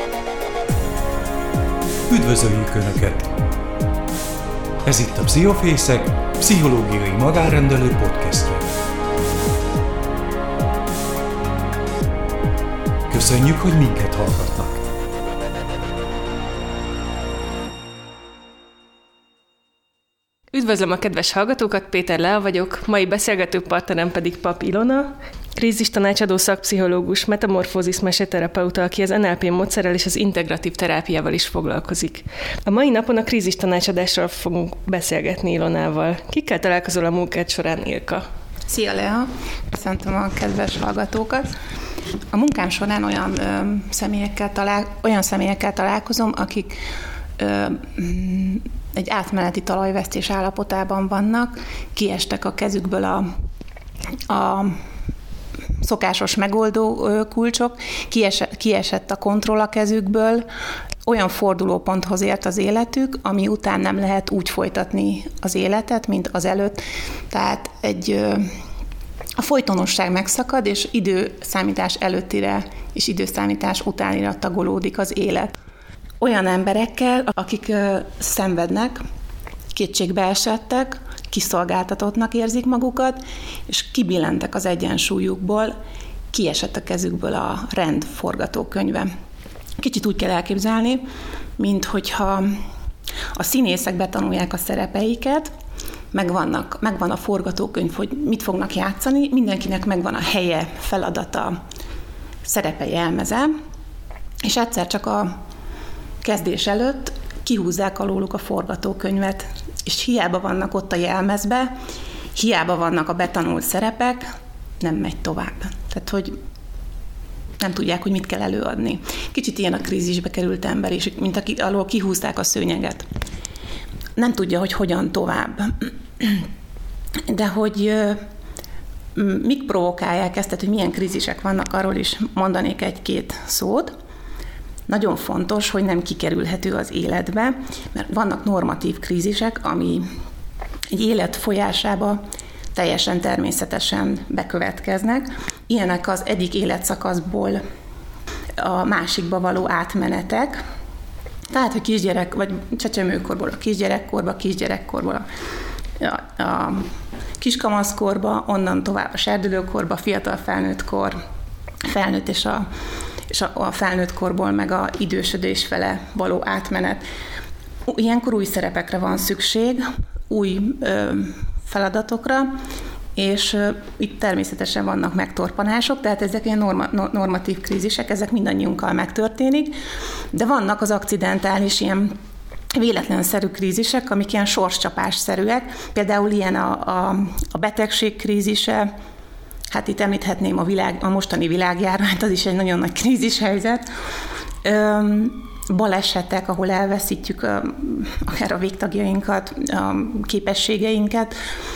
Üdvözöljük Önöket! Ez itt a Pszichofészek pszichológiai magánrendelő podcastje. Köszönjük, hogy minket hallgatnak! Üdvözlöm a kedves hallgatókat, Péter Lea vagyok, mai beszélgető partnerem pedig Pap Ilona, krízistanácsadó szakpszichológus, metamorfózis meseterapeuta, aki az NLP módszerrel és az integratív terápiával is foglalkozik. A mai napon a krízistanácsadásról fogunk beszélgetni Ilonával. Kikkel találkozol a munkád során, Ilka? Szia, Lea! Köszöntöm a kedves hallgatókat! A munkám során olyan személyekkel találkozom, akik egy átmeneti talajvesztés állapotában vannak, kiestek a kezükből a szokásos megoldó kulcsok, kiesett a kontroll a kezükből, olyan fordulóponthoz ért az életük, ami után nem lehet úgy folytatni az életet, mint az előtt. Tehát a folytonosság megszakad, és időszámítás előttire és időszámítás utánira tagolódik az élet. Olyan emberekkel, akik szenvednek, kétségbeesettek, kiszolgáltatottnak érzik magukat, és kibillentek az egyensúlyukból, kiesett a kezükből a rend forgatókönyve. Kicsit úgy kell elképzelni, mint hogyha a színészek betanulják a szerepeiket, megvan a forgatókönyv, hogy mit fognak játszani, mindenkinek megvan a helye, feladata, szerepe, jelmeze, és egyszer csak a kezdés előtt kihúzzák alóluk a forgatókönyvet, és hiába vannak ott a jelmezbe, hiába vannak a betanult szerepek, nem megy tovább. Tehát, hogy nem tudják, hogy mit kell előadni. Kicsit ilyen a krízisbe került ember is, mint aki alól kihúzták a szőnyeget. Nem tudja, hogy hogyan tovább. De hogy mik provokálják ezt, tehát, hogy milyen krízisek vannak, arról is mondanék egy-két szót. Nagyon fontos, hogy nem kikerülhető az életbe, mert vannak normatív krízisek, ami egy élet folyásába teljesen természetesen bekövetkeznek. Ilyenek az egyik életszakaszból a másikba való átmenetek. Tehát, hogy kisgyerek, vagy csecsemőkorból a kisgyerekkorból a kiskamaszkorba, onnan tovább a serdülőkorba, fiatal felnőttkor, felnőtt és a felnőtt korból meg a idősödés fele való átmenet. Ilyenkor új szerepekre van szükség, új feladatokra, és itt természetesen vannak megtorpanások, tehát ezek ilyen normatív krízisek, ezek mindannyiunkkal megtörténik, de vannak az akcidentális ilyen véletlenszerű krízisek, amik ilyen sorscsapásszerűek, például ilyen a betegség krízise. Hát itt említhetném a mostani világjárványt, az is egy nagyon nagy krízishelyzet. Balesetek, ahol elveszítjük akár a végtagjainkat, a képességeinket,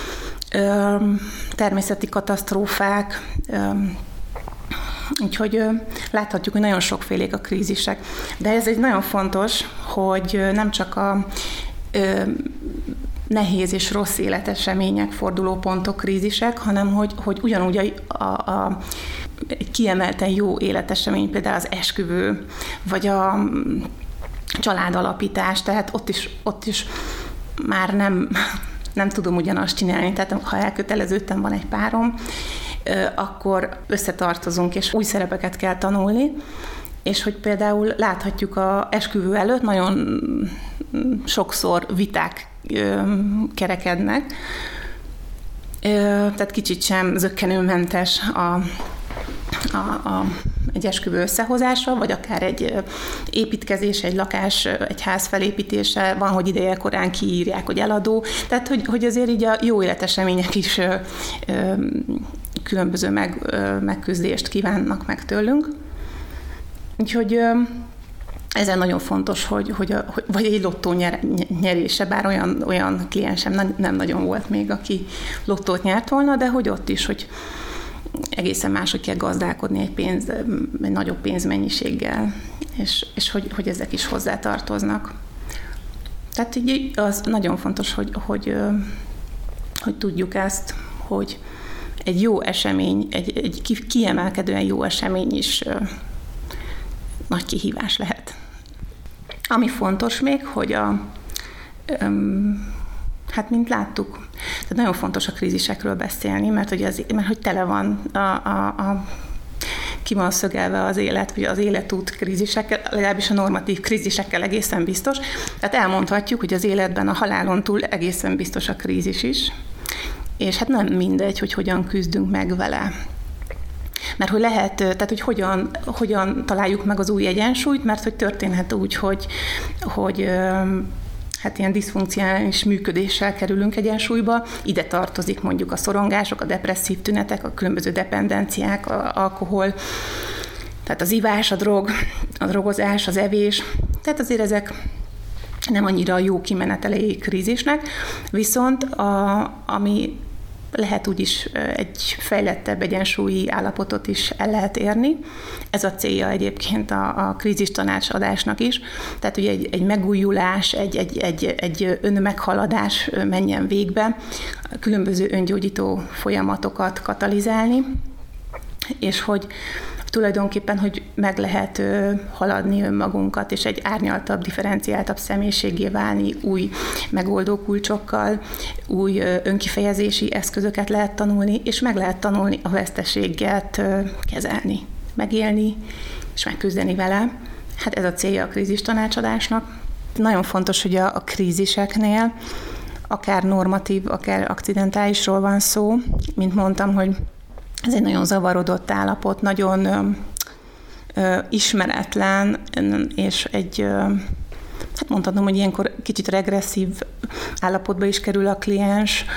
természeti katasztrófák, úgyhogy láthatjuk, hogy nagyon sokfélék a krízisek. De ez egy nagyon fontos, hogy nem csak a nehéz és rossz életesemények, fordulópontok, krízisek, hanem hogy ugyanúgy egy kiemelten jó életesemény, például az esküvő, vagy a családalapítás, tehát ott is már nem tudom ugyanazt csinálni, tehát ha elköteleződtem, van egy párom, akkor összetartozunk, és új szerepeket kell tanulni, és hogy például láthatjuk a esküvő előtt nagyon sokszor viták kerekednek, tehát kicsit sem zökkenőmentes egy esküvő összehozása, vagy akár egy építkezés, egy lakás, egy ház felépítése, van, hogy ideje korán kiírják, hogy eladó, tehát hogy azért így a jó életesemények is különböző megküzdést kívánnak meg tőlünk. Úgyhogy ezen nagyon fontos, vagy egy lottó nyerése, bár olyan kliensem nem nagyon volt még, aki lottót nyert volna, de hogy ott is, hogy egészen máshogy kell gazdálkodni egy nagyobb pénzmennyiséggel, és hogy ezek is hozzátartoznak. Tehát így az nagyon fontos, hogy tudjuk ezt, hogy egy jó esemény, egy kiemelkedően jó esemény is nagy kihívás lehet. Ami fontos még, hogy hát mint láttuk, tehát nagyon fontos a krízisekről beszélni, mert hogy tele van ki van szögelve az élet, vagy az életút krízisekkel, legalábbis a normatív krízisekkel egészen biztos. Tehát elmondhatjuk, hogy az életben a halálon túl egészen biztos a krízis is, és hát nem mindegy, hogy hogyan küzdünk meg vele. Mert hogy lehet, tehát hogy hogyan találjuk meg az új egyensúlyt, mert hogy történhet úgy, hogy hát ilyen diszfunkcionális működéssel kerülünk egyensúlyba. Ide tartozik mondjuk a szorongások, a depresszív tünetek, a különböző dependenciák, az alkohol, tehát az ivás, a drogozás, az evés. Tehát azért ezek nem annyira jó kimenetelei krízisnek, viszont ami lehet úgyis egy fejlettebb egyensúlyi állapotot is el lehet érni. Ez a célja egyébként a krízis tanácsadásnak is. Tehát ugye egy megújulás, egy önmeghaladás menjen végbe, különböző öngyógyító folyamatokat katalizálni, és hogy tulajdonképpen, hogy meg lehet haladni önmagunkat, és egy árnyaltabb, differenciáltabb személyiséggé válni, új megoldó kulcsokkal, új önkifejezési eszközöket lehet tanulni, és meg lehet tanulni a veszteséget kezelni, megélni, és megküzdeni vele. Hát ez a célja a krízis tanácsadásnak. Nagyon fontos, hogy a kríziseknél akár normatív, akár akcidentálisról van szó. Mint mondtam, hogy ez egy nagyon zavarodott állapot, nagyon ismeretlen, és hát mondhatom, hogy ilyenkor kicsit regresszív állapotba is kerül a kliens.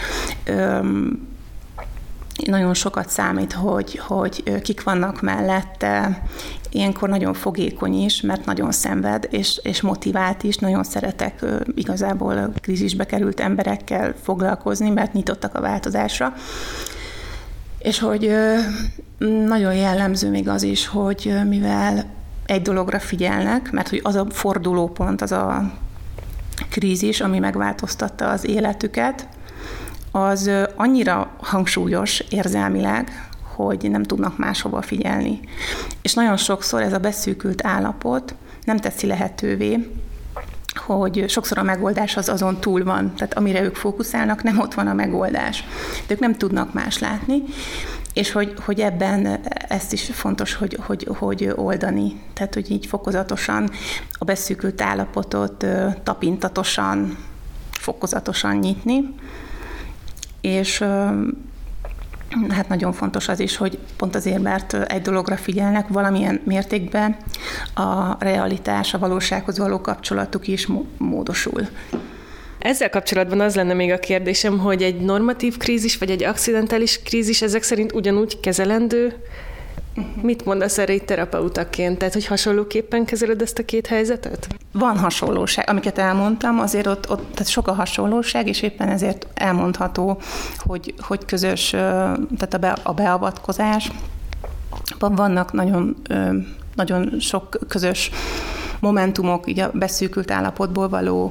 Nagyon sokat számít, hogy kik vannak mellette. Ilyenkor nagyon fogékony is, mert nagyon szenved, és motivált is. Nagyon szeretek igazából krízisbe került emberekkel foglalkozni, mert nyitottak a változásra. És hogy nagyon jellemző még az is, hogy mivel egy dologra figyelnek, mert hogy az a fordulópont, az a krízis, ami megváltoztatta az életüket, az annyira hangsúlyos érzelmileg, hogy nem tudnak máshova figyelni. És nagyon sokszor ez a beszűkült állapot nem teszi lehetővé, hogy sokszor a megoldás az azon túl van, tehát amire ők fókuszálnak, nem ott van a megoldás. De ők nem tudnak más látni, és hogy ebben ezt is fontos, hogy oldani. Tehát, hogy így fokozatosan a beszűkült állapotot tapintatosan, fokozatosan nyitni, és hát nagyon fontos az is, hogy pont azért, mert egy dologra figyelnek, valamilyen mértékben a realitás, a valósághoz való kapcsolatuk is módosul. Ezzel kapcsolatban az lenne még a kérdésem, hogy egy normatív krízis, vagy egy akcidentális krízis ezek szerint ugyanúgy kezelendő? Mit mondasz erre itt terapeutaként? Tehát, hogy hasonlóképpen kezeled ezt a két helyzetet? Van hasonlóság. Amiket elmondtam, azért ott tehát sok a hasonlóság, és éppen ezért elmondható, hogy közös, tehát a beavatkozás. Vannak nagyon sok közös momentumok, így a beszűkült állapotból való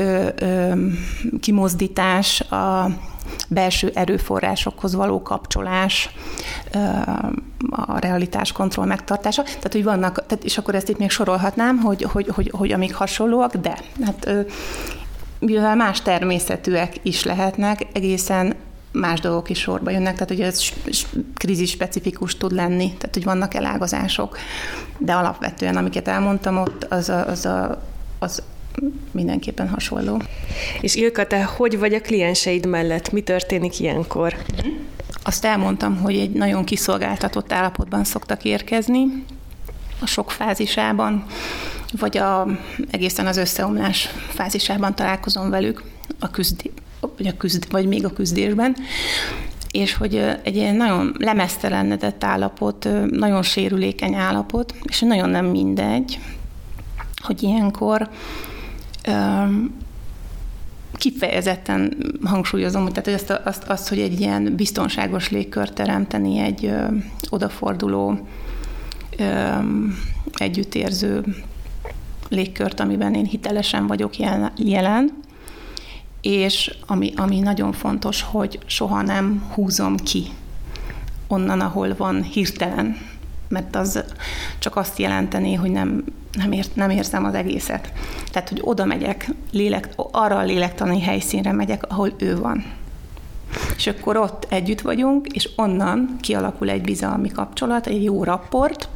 kimozdítás, a belső erőforrásokhoz való kapcsolás, a realitáskontroll megtartása. Tehát, hogy vannak, és akkor ezt itt még sorolhatnám, hogy amik hasonlóak, de hát mivel más természetűek is lehetnek, egészen más dolgok is sorba jönnek, tehát hogy ez krízis specifikus tud lenni, tehát hogy vannak elágazások, de alapvetően, amiket elmondtam ott, az mindenképpen hasonló. És Ilka, te hogy vagy a klienseid mellett? Mi történik ilyenkor? Azt elmondtam, hogy egy nagyon kiszolgáltatott állapotban szoktak érkezni, a sok fázisában, vagy egészen az összeomlás fázisában találkozom velük, vagy még a küzdésben, és hogy egy ilyen nagyon lemeztelenedett állapot, nagyon sérülékeny állapot, és nagyon nem mindegy, hogy ilyenkor kifejezetten hangsúlyozom, hogy tehát azt, hogy egy ilyen biztonságos légkört teremteni, egy odaforduló, együttérző légkört, amiben én hitelesen vagyok jelen, és ami nagyon fontos, hogy soha nem húzom ki onnan, ahol van hirtelen, mert az csak azt jelenteni, hogy nem érzem az egészet. Tehát, hogy oda megyek, arra a lélektani helyszínre megyek, ahol ő van. És akkor ott együtt vagyunk, és onnan kialakul egy bizalmi kapcsolat, egy jó rapport,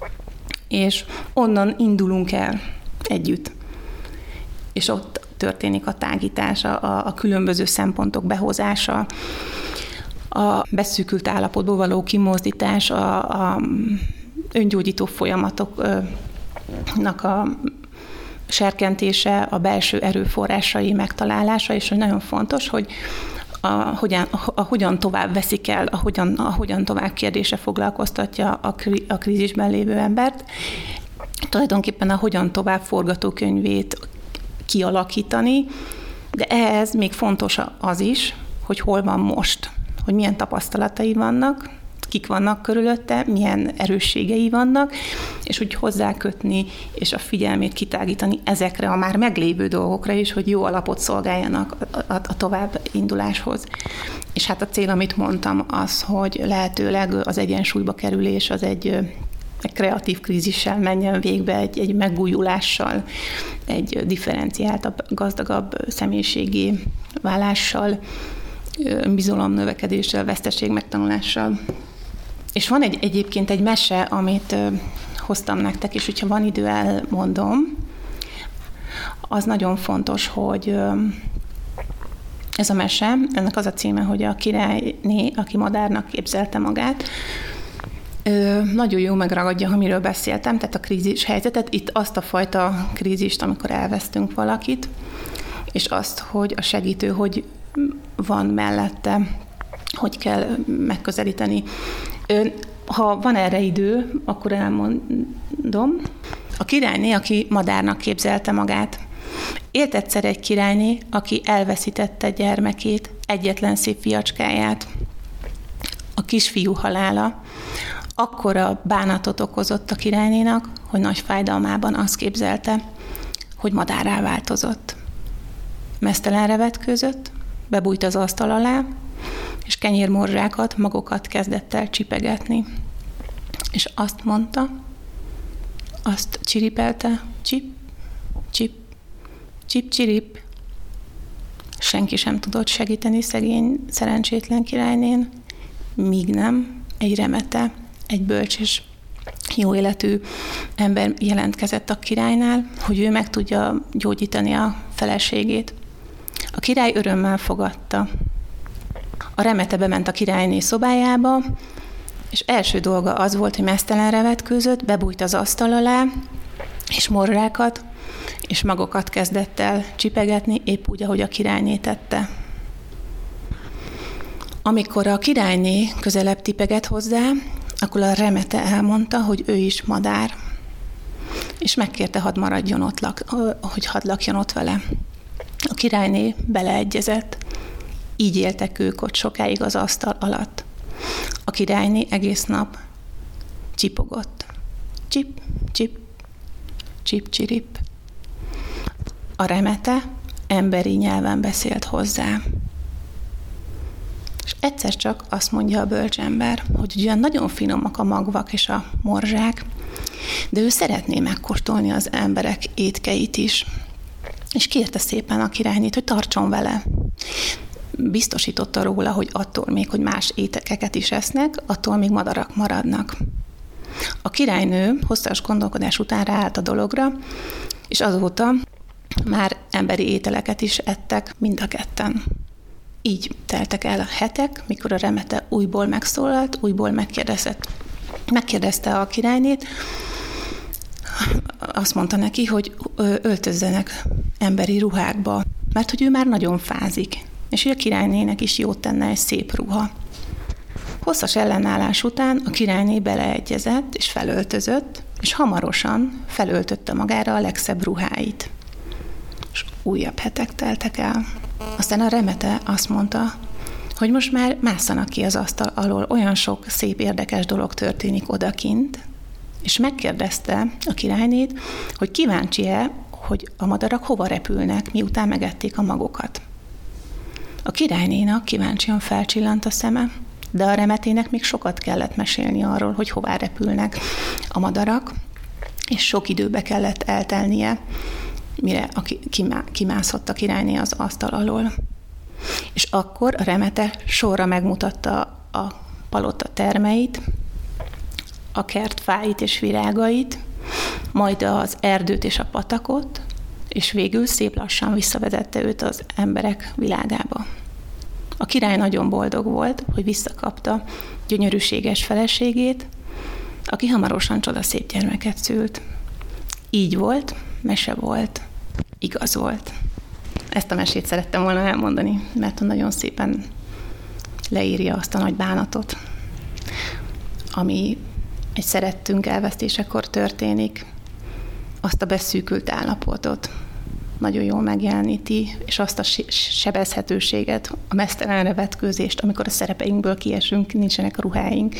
és onnan indulunk el együtt. És ott történik a tágítása, a különböző szempontok behozása, a beszűkült állapotból való kimozdítás, a öngyógyító folyamatoknak a serkentése, a belső erőforrásai megtalálása, és hogy nagyon fontos, hogy hogyan tovább veszik el, hogyan tovább kérdése foglalkoztatja a krízisben lévő embert, tulajdonképpen a hogyan tovább forgatókönyvét kialakítani, de ehhez még fontos az is, hogy hol van most, hogy milyen tapasztalatai vannak, kik vannak körülötte, milyen erősségei vannak, és úgy hozzákötni, és a figyelmét kitágítani ezekre a már meglévő dolgokra is, hogy jó alapot szolgáljanak a továbbinduláshoz. És hát a cél, amit mondtam, az, hogy lehetőleg az egyensúlyba kerülés az egy kreatív krízissel menjen végbe, egy megújulással, egy differenciáltabb, gazdagabb személyiségi válással, bizalomnövekedéssel, veszteség megtanulással. És van egyébként egy mese, amit hoztam nektek, és hogyha van idő, elmondom. Az nagyon fontos, hogy ez a mese, ennek az a címe, hogy a királyné, aki madárnak képzelte magát, nagyon jó megragadja, amiről beszéltem, tehát a krízis helyzetet, itt azt a fajta krízist, amikor elvesztünk valakit, és azt, hogy a segítő, hogy van mellette, hogy kell megközelíteni. Ha van erre idő, akkor elmondom. A királyné, aki madárnak képzelte magát. Élt egyszer egy királyné, aki elveszítette gyermekét, egyetlen szép fiacskáját. A kisfiú halála akkora bánatot okozott a királynénak, hogy nagy fájdalmában azt képzelte, hogy madárrá változott. Meztelenre vetkőzött, bebújt az asztal alá, és kenyérmorzsákat, magokat kezdett el csipegetni. És azt mondta, azt csiripelte, csip, csip, csip, csirip. Senki sem tudott segíteni szegény, szerencsétlen királynén, míg nem egy remete, egy bölcs és jó életű ember jelentkezett a királynál, hogy ő meg tudja gyógyítani a feleségét. A király örömmel fogadta. A remete bement a királyné szobájába, és első dolga az volt, hogy meztelenre vetkőzött, bebújt az asztal alá, és morzsákat, és magokat kezdett el csipegetni, épp úgy, ahogy a királyné tette. Amikor a királyné közelebb tipegett hozzá, akkor a remete elmondta, hogy ő is madár, és megkérte, hadd maradjon ott, hogy hadd lakjon ott vele. A királyné beleegyezett, így éltek ők ott sokáig az asztal alatt. A királyné egész nap csipogott. Csip, csip, csip, csirip. A remete emberi nyelven beszélt hozzá. És egyszer csak azt mondja a bölcsember, hogy ugyan nagyon finomak a magvak és a morzsák, de ő szeretné megkóstolni az emberek étkeit is. És kérte szépen a királynét, hogy tartson vele. Biztosította róla, hogy attól még, hogy más ételeket is esznek, attól még madarak maradnak. A királynő hosszas gondolkodás után ráállt a dologra, és azóta már emberi ételeket is ettek mind a ketten. Így teltek el a hetek, mikor a remete újból megszólalt, újból megkérdezte a királynét, azt mondta neki, hogy öltözzenek emberi ruhákba, mert hogy ő már nagyon fázik, és hogy a királynének is jót tenne egy szép ruha. Hosszas ellenállás után a királyné beleegyezett, és felöltözött, és hamarosan felöltötte magára a legszebb ruháit. És újabb hetek teltek el. Aztán a remete azt mondta, hogy most már másszanak ki az asztal alól, olyan sok szép, érdekes dolog történik odakint, és megkérdezte a királynét, hogy kíváncsi-e, hogy a madarak hova repülnek, miután megették a magokat. A királynénak kíváncsian felcsillant a szeme, de a remetének még sokat kellett mesélni arról, hogy hová repülnek a madarak, és sok időbe kellett eltelnie, mire kimászhat a királyné az asztal alól. És akkor a Remete sorra megmutatta a palota termeit, a kert fáit és virágait, majd az erdőt és a patakot, és végül szép lassan visszavezette őt az emberek világába. A király nagyon boldog volt, hogy visszakapta gyönyörűséges feleségét, aki hamarosan csodaszép gyermeket szült. Így volt, mese volt, igaz volt. Ezt a mesét szerettem volna elmondani, mert nagyon szépen leírja azt a nagy bánatot, ami egy szerettünk elvesztésekor történik, azt a beszűkült állapotot nagyon jól megjeleníti, és azt a sebezhetőséget, a meztelenre vetkőzést, amikor a szerepeinkből kiesünk, nincsenek a ruháink,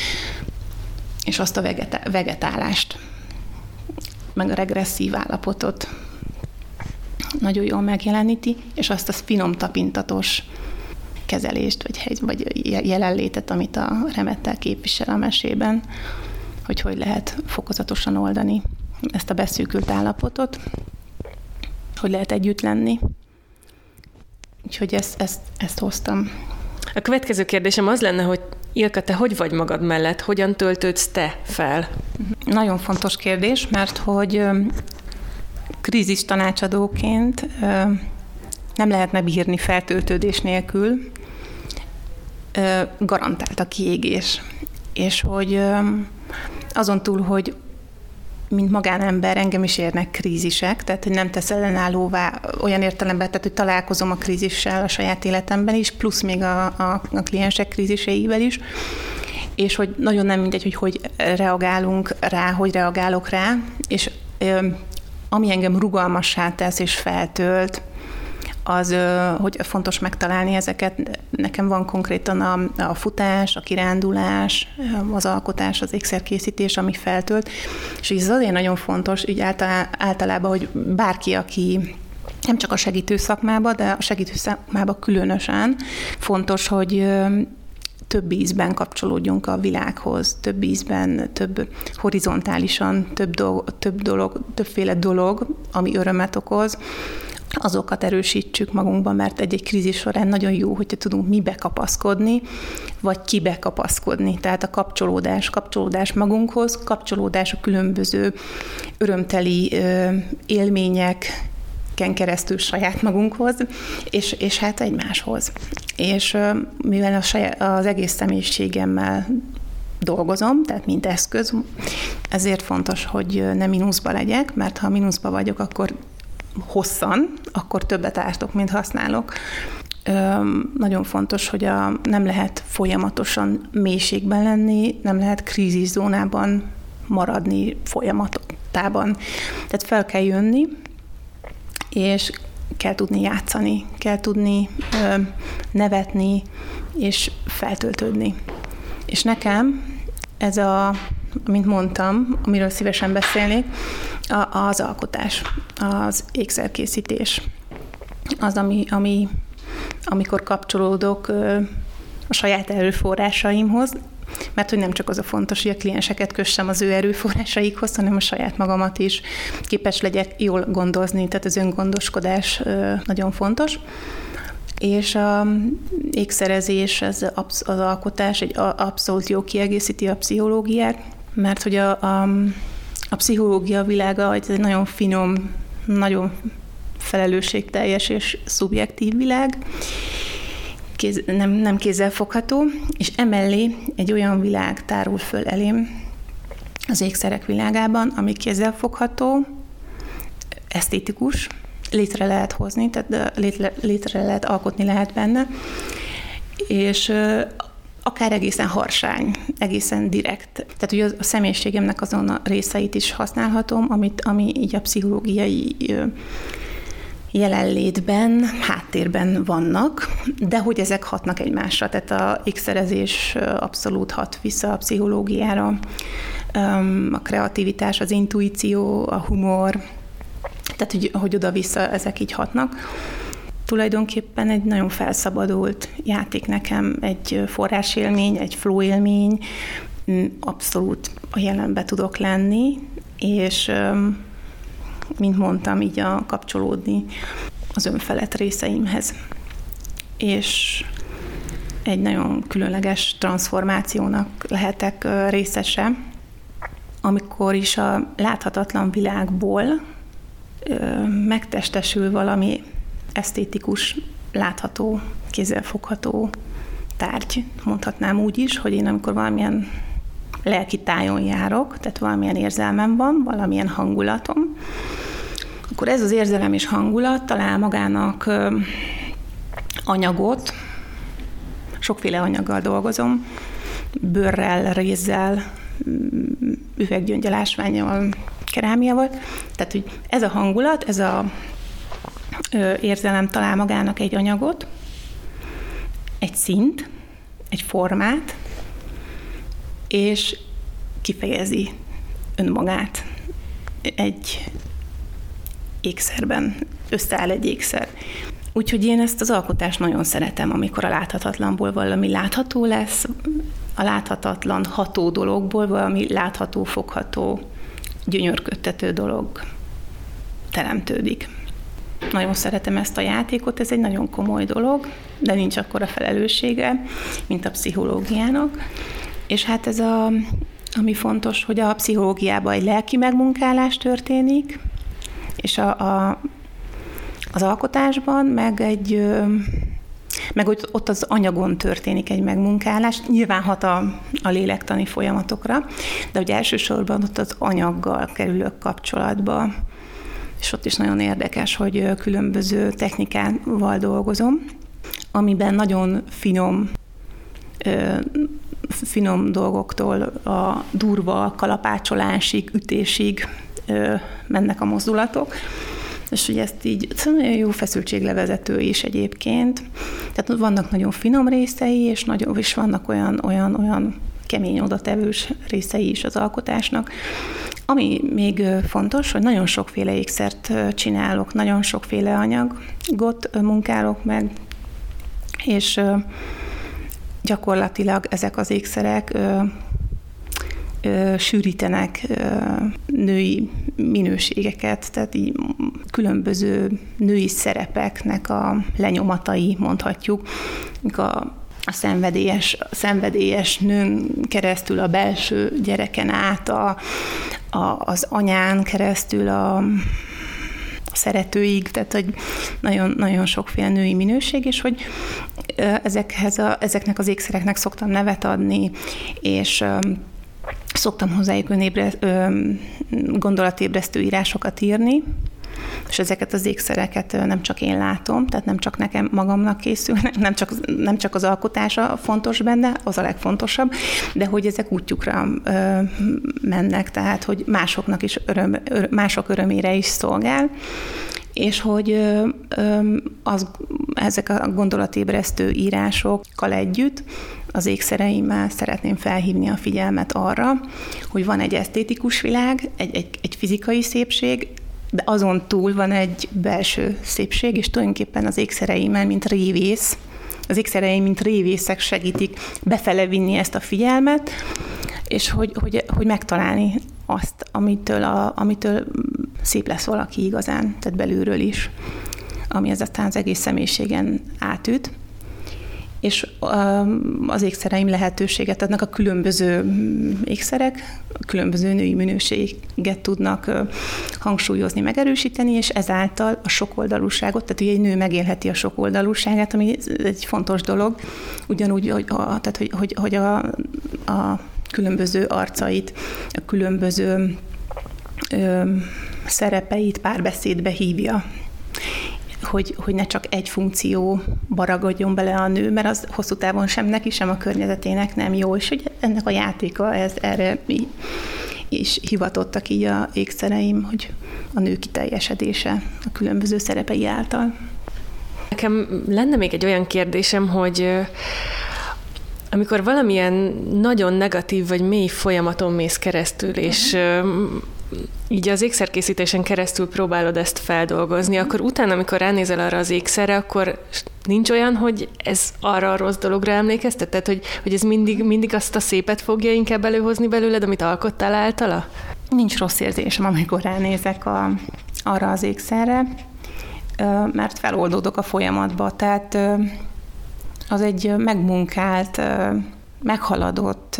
és azt a vegetálást, meg a regresszív állapotot nagyon jól megjeleníti, és azt a finom tapintatos kezelést, vagy jelenlétet, amit a Remettel képvisel a mesében, hogy lehet fokozatosan oldani ezt a beszűkült állapotot, hogy lehet együtt lenni. Úgyhogy ezt hoztam. A következő kérdésem az lenne, hogy Ilka, te hogy vagy magad mellett? Hogyan töltődsz te fel? Nagyon fontos kérdés, mert hogy krízis tanácsadóként nem lehetne bírni feltöltődés nélkül, garantált a kiégés. És hogy azon túl, hogy mint magánember engem is érnek krízisek, tehát hogy nem tesz ellenállóvá olyan értelemben, tehát hogy találkozom a krízissel a saját életemben is, plusz még a kliensek kríziseivel is, és hogy nagyon nem mindegy, hogy reagálunk rá, hogy reagálok rá, és ami engem rugalmassá tesz és feltölt, az, hogy fontos megtalálni ezeket. Nekem van konkrétan a futás, a kirándulás, az alkotás, az ékszerkészítés, ami feltölt. És ez azért nagyon fontos, így általában, hogy bárki, aki nem csak a segítő szakmában, de a segítő szakmában különösen fontos, hogy több ízben kapcsolódjunk a világhoz, több ízben, több horizontálisan, többféle dolog, ami örömet okoz, azokat erősítsük magunkban, mert egy krízis során nagyon jó, hogyha tudunk mibe kapaszkodni, vagy kibe kapaszkodni. Tehát a kapcsolódás magunkhoz, kapcsolódás a különböző örömteli élményeken keresztül saját magunkhoz, és hát egymáshoz. És mivel az egész személyiségemmel dolgozom, tehát mint eszköz, ezért fontos, hogy ne mínuszba legyek, mert ha mínuszba vagyok, akkor akkor többet ártok, mint használok. Nagyon fontos, hogy nem lehet folyamatosan mélységben lenni, nem lehet kríziszónában maradni folyamatában. Tehát fel kell jönni, és kell tudni játszani, kell tudni nevetni, és feltöltődni. És nekem ez mint mondtam, amiről szívesen beszélnék, az alkotás, az ékszerkészítés. Az, amikor kapcsolódok a saját erőforrásaimhoz, mert hogy nem csak az a fontos, hogy a klienseket kössem az ő erőforrásaikhoz, hanem a saját magamat is képes legyek jól gondozni, tehát az öngondoskodás nagyon fontos. És az ékszerezés, az alkotás egy abszolút jó kiegészíti a pszichológiát, mert hogy a pszichológia világa egy nagyon finom, nagyon felelősségteljes és szubjektív világ, nem kézzelfogható, és emellé egy olyan világ tárul föl elém az ékszerek világában, ami kézzelfogható, esztétikus, létre lehet hozni, tehát létre lehet alkotni lehet benne, és akár egészen harsány, egészen direkt. Tehát ugye a személyiségemnek azon a részeit is használhatom, ami így a pszichológiai jelenlétben, háttérben vannak, de hogy ezek hatnak egymásra. Tehát a ékszerezés abszolút hat vissza a pszichológiára, a kreativitás, az intuíció, a humor, tehát hogy oda-vissza ezek így hatnak. Tulajdonképpen egy nagyon felszabadult játék nekem, egy forrásélmény, egy flow élmény, abszolút a jelenbe tudok lenni, és mint mondtam, így kapcsolódni az önfelett részeimhez. És egy nagyon különleges transformációnak lehetek részese, amikor is a láthatatlan világból megtestesül valami esztétikus, látható, kézzelfogható tárgy. Mondhatnám úgy is, hogy én amikor valamilyen lelki tájon járok, tehát valamilyen érzelmem van, valamilyen hangulatom, akkor ez az érzelem és hangulat talál magának anyagot, sokféle anyaggal dolgozom, bőrrel, rézzel, üveggyöngyelásvánnyal, kerámiával. Tehát, hogy ez a hangulat, ez a érzelem talál magának egy anyagot, egy színt, egy formát, és kifejezi önmagát egy ékszerben, összeáll egy ékszer. Úgyhogy én ezt az alkotást nagyon szeretem, amikor a láthatatlanból valami látható lesz, a láthatatlan ható dologból valami látható, fogható, gyönyörködtető dolog teremtődik. Nagyon szeretem ezt a játékot, ez egy nagyon komoly dolog, de nincs akkora felelőssége, mint a pszichológiának. És hát ez ami fontos, hogy a pszichológiában egy lelki megmunkálás történik, és az alkotásban meg ott az anyagon történik egy megmunkálás, nyilván hat a lélektani folyamatokra, de ugye elsősorban ott az anyaggal kerülök kapcsolatba, és ott is nagyon érdekes, hogy különböző technikával dolgozom, amiben nagyon finom dolgoktól a durva kalapácsolásig, ütésig mennek a mozdulatok, és ugye ezt így nagyon jó feszültséglevezető is egyébként. Tehát vannak nagyon finom részei, és vannak olyan kemény odatevős részei is az alkotásnak. Ami még fontos, hogy nagyon sokféle ékszert csinálok, nagyon sokféle anyagot munkálok meg, és gyakorlatilag ezek az ékszerek sűrítenek női minőségeket, tehát így különböző női szerepeknek a lenyomatai, mondhatjuk, a szenvedélyes nőn keresztül a belső gyereken át, az anyán keresztül a szeretőig, tehát hogy nagyon, nagyon sokféle női minőség, és hogy ezeknek az ékszereknek szoktam nevet adni, és szoktam hozzájuk gondolatébresztő írásokat írni, és ezeket az ékszereket nem csak én látom, tehát nem csak nekem magamnak készülnek, nem csak az alkotása fontos benne, az a legfontosabb, de hogy ezek útjukra mennek, tehát hogy másoknak is mások örömére is szolgál, és hogy ezek a gondolatébresztő írásokkal együtt az ékszereimmel szeretném felhívni a figyelmet arra, hogy van egy esztétikus világ, egy fizikai szépség, de azon túl van egy belső szépség, és tulajdonképpen az ékszereimmel, mint révész, az ékszereim, mint révészek segítik befele vinni ezt a figyelmet, és hogy megtalálni azt, amitől szép lesz valaki igazán, tehát belülről is, ami aztán az egész személyiségen átüt. És az ékszereim lehetőséget adnak, a különböző ékszerek, a különböző női minőséget tudnak hangsúlyozni, megerősíteni, és ezáltal a sokoldalúságot, tehát ugye egy nő megélheti a sokoldalúságát, ami egy fontos dolog, ugyanúgy, hogy a különböző arcait, a különböző szerepeit párbeszédbe hívja. Hogy ne csak egy funkcióba ragadjon bele a nő, mert az hosszú távon sem neki, sem a környezetének nem jó, és hogy ennek a játéka, erre is hivatottak így a ékszereim, hogy a nő kiteljesedése a különböző szerepei által. Nekem lenne még egy olyan kérdésem, hogy amikor valamilyen nagyon negatív vagy mély folyamaton mész keresztül, és így az ékszerkészítésen keresztül próbálod ezt feldolgozni, akkor utána, amikor ránézel arra az ékszerre, akkor nincs olyan, hogy ez arra a rossz dologra emlékeztet? Tehát, hogy ez mindig azt a szépet fogja inkább előhozni belőled, amit alkottál általa? nincs rossz érzésem, amikor ránézek arra az ékszerre, mert feloldódok a folyamatba. Tehát az egy megmunkált, meghaladott,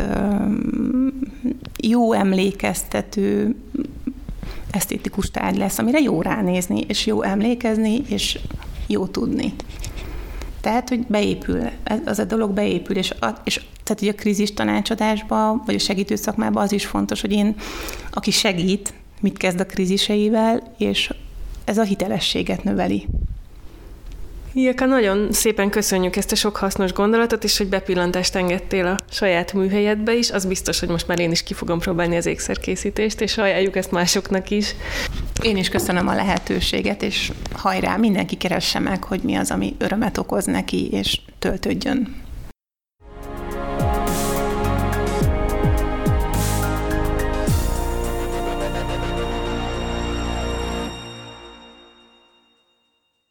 jó emlékeztető, esztétikus tárgy lesz, amire jó ránézni, és jó emlékezni, és jó tudni. Tehát, hogy beépül, az a dolog beépül, és tehát, hogy a krízis tanácsadásban, vagy a segítő szakmában az is fontos, hogy aki segít, mit kezd a kríziseivel, és ez a hitelességet növeli. Ilka, nagyon szépen köszönjük ezt a sok hasznos gondolatot, és hogy bepillantást engedtél a saját műhelyedbe is. Az biztos, hogy most már én is ki fogom próbálni az ékszerkészítést, és ajánljuk ezt másoknak is. Én is köszönöm a lehetőséget, és hajrá, mindenki keresse meg, hogy mi az, ami örömet okoz neki, és töltődjön.